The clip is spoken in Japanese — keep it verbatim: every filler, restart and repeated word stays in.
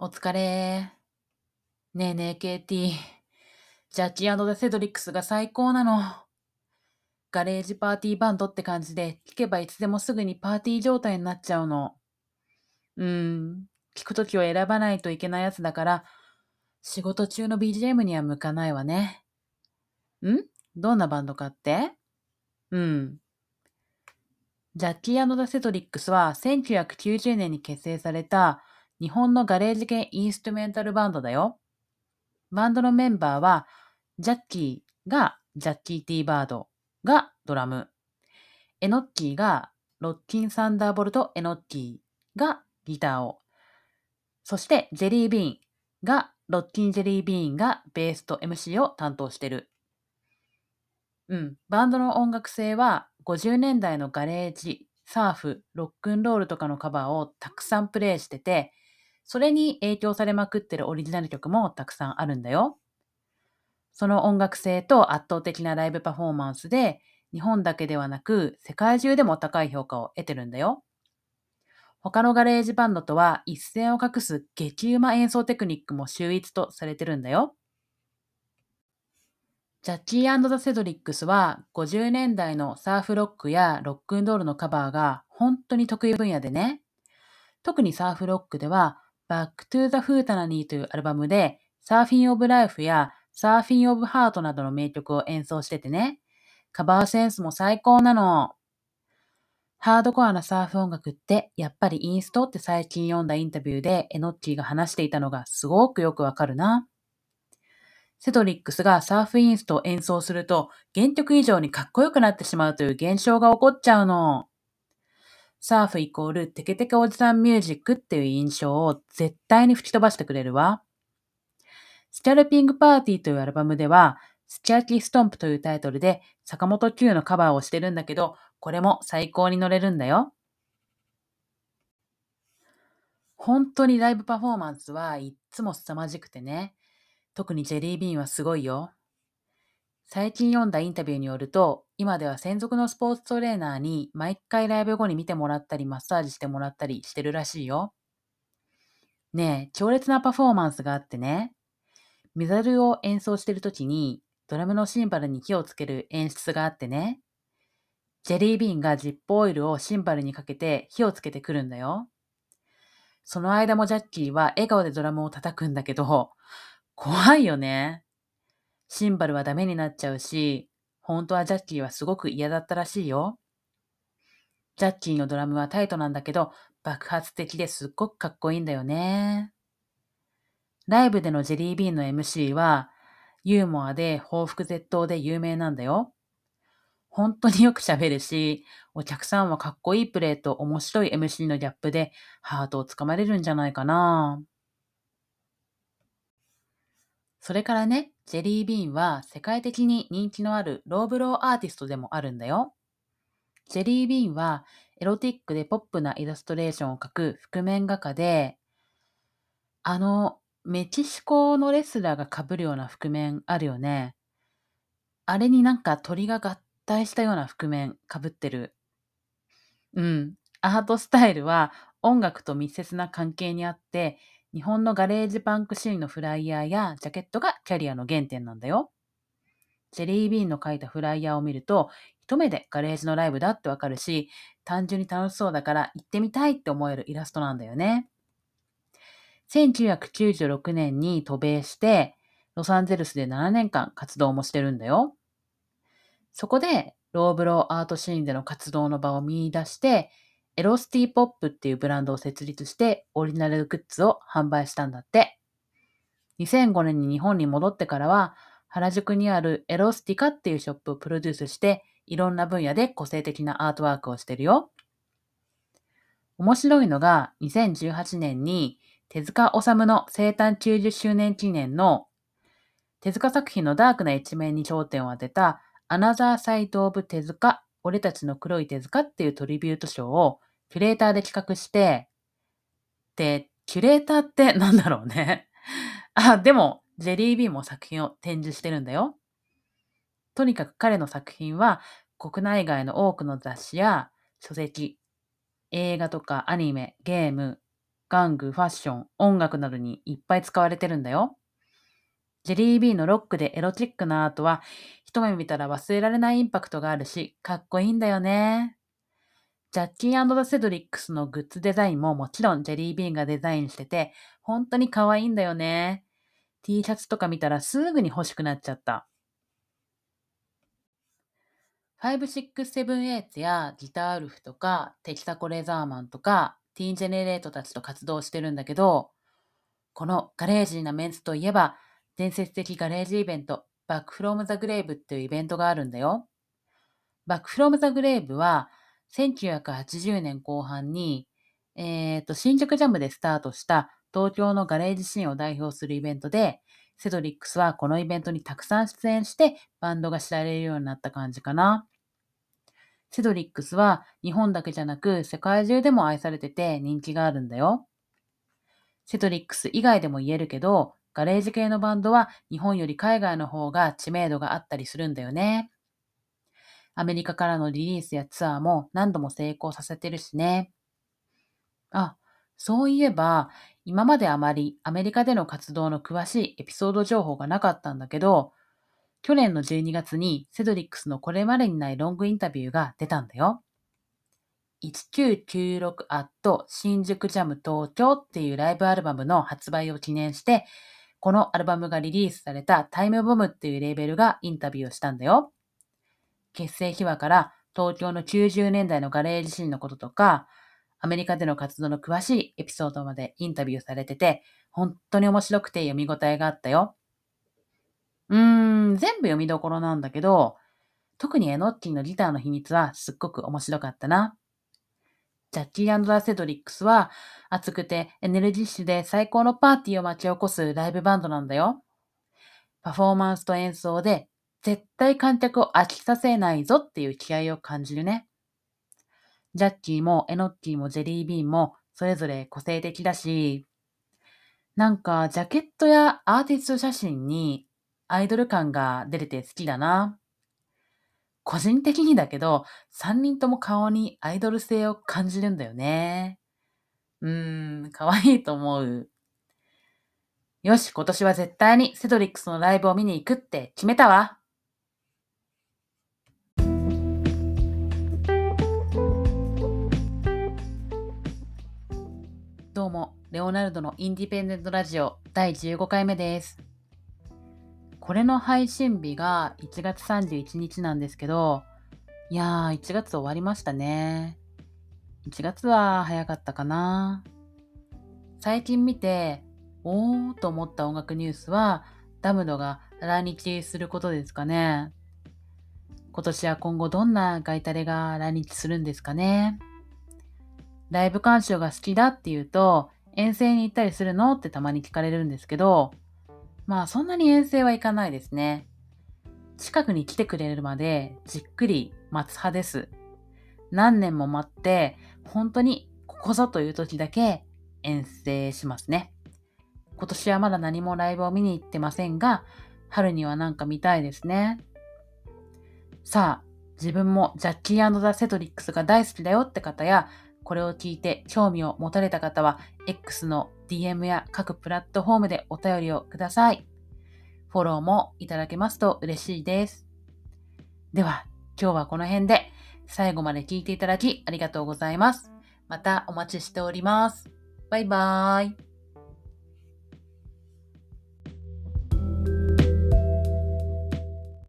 お疲れ。ねえねえ、ケイティ。ジャッキーザ・セドリックスが最高なの。ガレージパーティーバンドって感じで、聴けばいつでもすぐにパーティー状態になっちゃうの。うーん。聴くときを選ばないといけないやつだから、仕事中の ビージーエム には向かないわね。んどんなバンドかってうん。ジャッキーザ・セドリックスはせんきゅうひゃくきゅうじゅうねんに結成された日本のガレージ系インストゥメンタルバンドだよ。バンドのメンバーは、ジャッキーがジャッキー・ティー・バードがドラム、エノッキーがロッキン・サンダーボルト・エノッキーがギターを、そしてジェリー・ビーンがロッキン・ジェリー・ビーンがベースと エムシー を担当してる。うん。バンドの音楽性はごじゅうねんだいのガレージ、サーフ、ロックンロールとかのカバーをたくさんプレイしてて、それに影響されまくってるオリジナル曲もたくさんあるんだよ。その音楽性と圧倒的なライブパフォーマンスで、日本だけではなく世界中でも高い評価を得てるんだよ。他のガレージバンドとは一線を画す激うま演奏テクニックも秀逸とされてるんだよ。ジャッキーザ・セドリックスはごじゅうねんだいのサーフロックやロックンロールのカバーが本当に得意分野でね。特にサーフロックではバックトゥーザ・フータナニーというアルバムでサーフィン・オブ・ライフやサーフィン・オブ・ハートなどの名曲を演奏しててね。カバーセンスも最高なの。ハードコアなサーフ音楽ってやっぱりインストって最近読んだインタビューでエノッキーが話していたのがすごくよくわかるな。セドリックスがサーフインストを演奏すると原曲以上にかっこよくなってしまうという現象が起こっちゃうの。サーフイコールテケテケおじさんミュージックっていう印象を絶対に吹き飛ばしてくれるわ。スキャルピングパーティーというアルバムでは、スキャーキーストンプというタイトルで坂本九のカバーをしてるんだけど、これも最高に乗れるんだよ。本当にライブパフォーマンスはいっつも凄まじくてね。特にジェリービーンはすごいよ。最近読んだインタビューによると、今では専属のスポーツトレーナーに毎回ライブ後に見てもらったりマッサージしてもらったりしてるらしいよ。ねえ、強烈なパフォーマンスがあってね。メダルを演奏してるときに、ドラムのシンバルに火をつける演出があってね。ジェリービーンがジップオイルをシンバルにかけて火をつけてくるんだよ。その間もジャッキーは笑顔でドラムを叩くんだけど、怖いよね。シンバルはダメになっちゃうし、本当はジャッキーはすごく嫌だったらしいよ。ジャッキーのドラムはタイトなんだけど、爆発的ですっごくかっこいいんだよね。ライブでのジェリービーンの エムシー は、ユーモアで報復絶倒で有名なんだよ。本当によく喋るし、お客さんはかっこいいプレーと面白い エムシー のギャップでハートをつかまれるんじゃないかな。それからね、ジェリービーンは世界的に人気のあるローブローアーティストでもあるんだよ。ジェリービーンはエロティックでポップなイラストレーションを描く覆面画家で、あの、メキシコのレスラーが被るような覆面あるよね。あれになんか鳥が合体したような覆面被ってる。うん。アートスタイルは音楽と密接な関係にあって、日本のガレージパンクシーンのフライヤーやジャケットがキャリアの原点なんだよ。ジェリービーンの描いたフライヤーを見ると、一目でガレージのライブだってわかるし、単純に楽しそうだから行ってみたいって思えるイラストなんだよね。せんきゅうひゃくきゅうじゅうろくねんに渡米して、ロサンゼルスでななねんかん活動もしてるんだよ。そこで、ローブローアートシーンでの活動の場を見出して、エロスティポップっていうブランドを設立して、オリジナルグッズを販売したんだって。にせんごねんに日本に戻ってからは、原宿にあるエロスティカっていうショップをプロデュースして、いろんな分野で個性的なアートワークをしてるよ。面白いのが、にせんじゅうはちねんに手塚治虫の生誕きゅうじゅっしゅうねん記念の手塚作品のダークな一面に焦点を当てたアナザーサイドオブ手塚、俺たちの黒い手塚っていうトリビュート賞をキュレーターで企画して、で、キュレーターってなんだろうね。あ、でも、ジェリービーも作品を展示してるんだよ。とにかく彼の作品は国内外の多くの雑誌や書籍、映画とかアニメ、ゲーム、 玩具、ファッション、音楽などにいっぱい使われてるんだよ。ジェリービーンのロックでエロチックなアートは、一目見たら忘れられないインパクトがあるし、かっこいいんだよね。ジャッキー&ザ・セドリックスのグッズデザインももちろんジェリービーンがデザインしてて、本当に可愛いんだよね。T シャツとか見たらすぐに欲しくなっちゃった。ファイブシックスセブンエイトやギターウルフとかテキサコレザーマンとかティーンジェネレートたちと活動してるんだけど、このガレージーなメンツといえば伝説的ガレージイベントバックフロムザグレイブっていうイベントがあるんだよ。バックフロムザグレイブはせんきゅうひゃくはちじゅうねんこう半に、えーと、新宿ジャムでスタートした東京のガレージシーンを代表するイベントで、セドリックスはこのイベントにたくさん出演してバンドが知られるようになった感じかな。セドリックスは日本だけじゃなく世界中でも愛されてて人気があるんだよ。セドリックス以外でも言えるけど、ガレージ系のバンドは日本より海外の方が知名度があったりするんだよね。アメリカからのリリースやツアーも何度も成功させてるしね。あ、そういえば、今まであまりアメリカでの活動の詳しいエピソード情報がなかったんだけど、去年のじゅうにがつにセドリックスのこれまでにないロングインタビューが出たんだよ。せんきゅうひゃくきゅうじゅうろく at 新宿ジャム東京っていうライブアルバムの発売を記念して、このアルバムがリリースされたタイムボムっていうレーベルがインタビューをしたんだよ。結成秘話から東京のきゅうじゅうねんだいのガレージシーンのこととか、アメリカでの活動の詳しいエピソードまでインタビューされてて、本当に面白くて読み応えがあったよ。うーん、全部読みどころなんだけど、特にエノッキーのギターの秘密はすっごく面白かったな。ジャッキー&ザ・セドリックスは熱くてエネルギッシュで最高のパーティーを巻き起こすライブバンドなんだよ。パフォーマンスと演奏で絶対観客を飽きさせないぞっていう気合を感じるね。ジャッキーもエノッキーもジェリービーンもそれぞれ個性的だし、なんかジャケットやアーティスト写真にアイドル感が出てて好きだな。個人的にだけど、さんにんとも顔にアイドル性を感じるんだよね。うーん、可愛いと思う。よし、今年は絶対にセドリックスのライブを見に行くって決めたわ。どうも、レオナルドのインディペンデントラジオだいじゅうごかいめです。これの配信日がいちがつさんじゅういちにちなんですけど、いやー、いちがつ終わりましたね。いちがつは早かったかな。最近見て、おーと思った音楽ニュースは、ダムドが来日することですかね。今年は今後どんなガイタレが来日するんですかね。ライブ鑑賞が好きだって言うと、遠征に行ったりするのってたまに聞かれるんですけど、まあそんなに遠征は行かないですね。近くに来てくれるまでじっくり待つ派です。何年も待って、本当にここぞという時だけ遠征しますね。今年はまだ何もライブを見に行ってませんが、春にはなんか見たいですね。さあ、自分もジャッキー&ザ・セドリックスが大好きだよって方や、これを聞いて興味を持たれた方は、X の ディーエム や各プラットフォームでお便りをください。フォローもいただけますと嬉しいです。では、今日はこの辺で、最後まで聞いていただきありがとうございます。またお待ちしております。バイバーイ。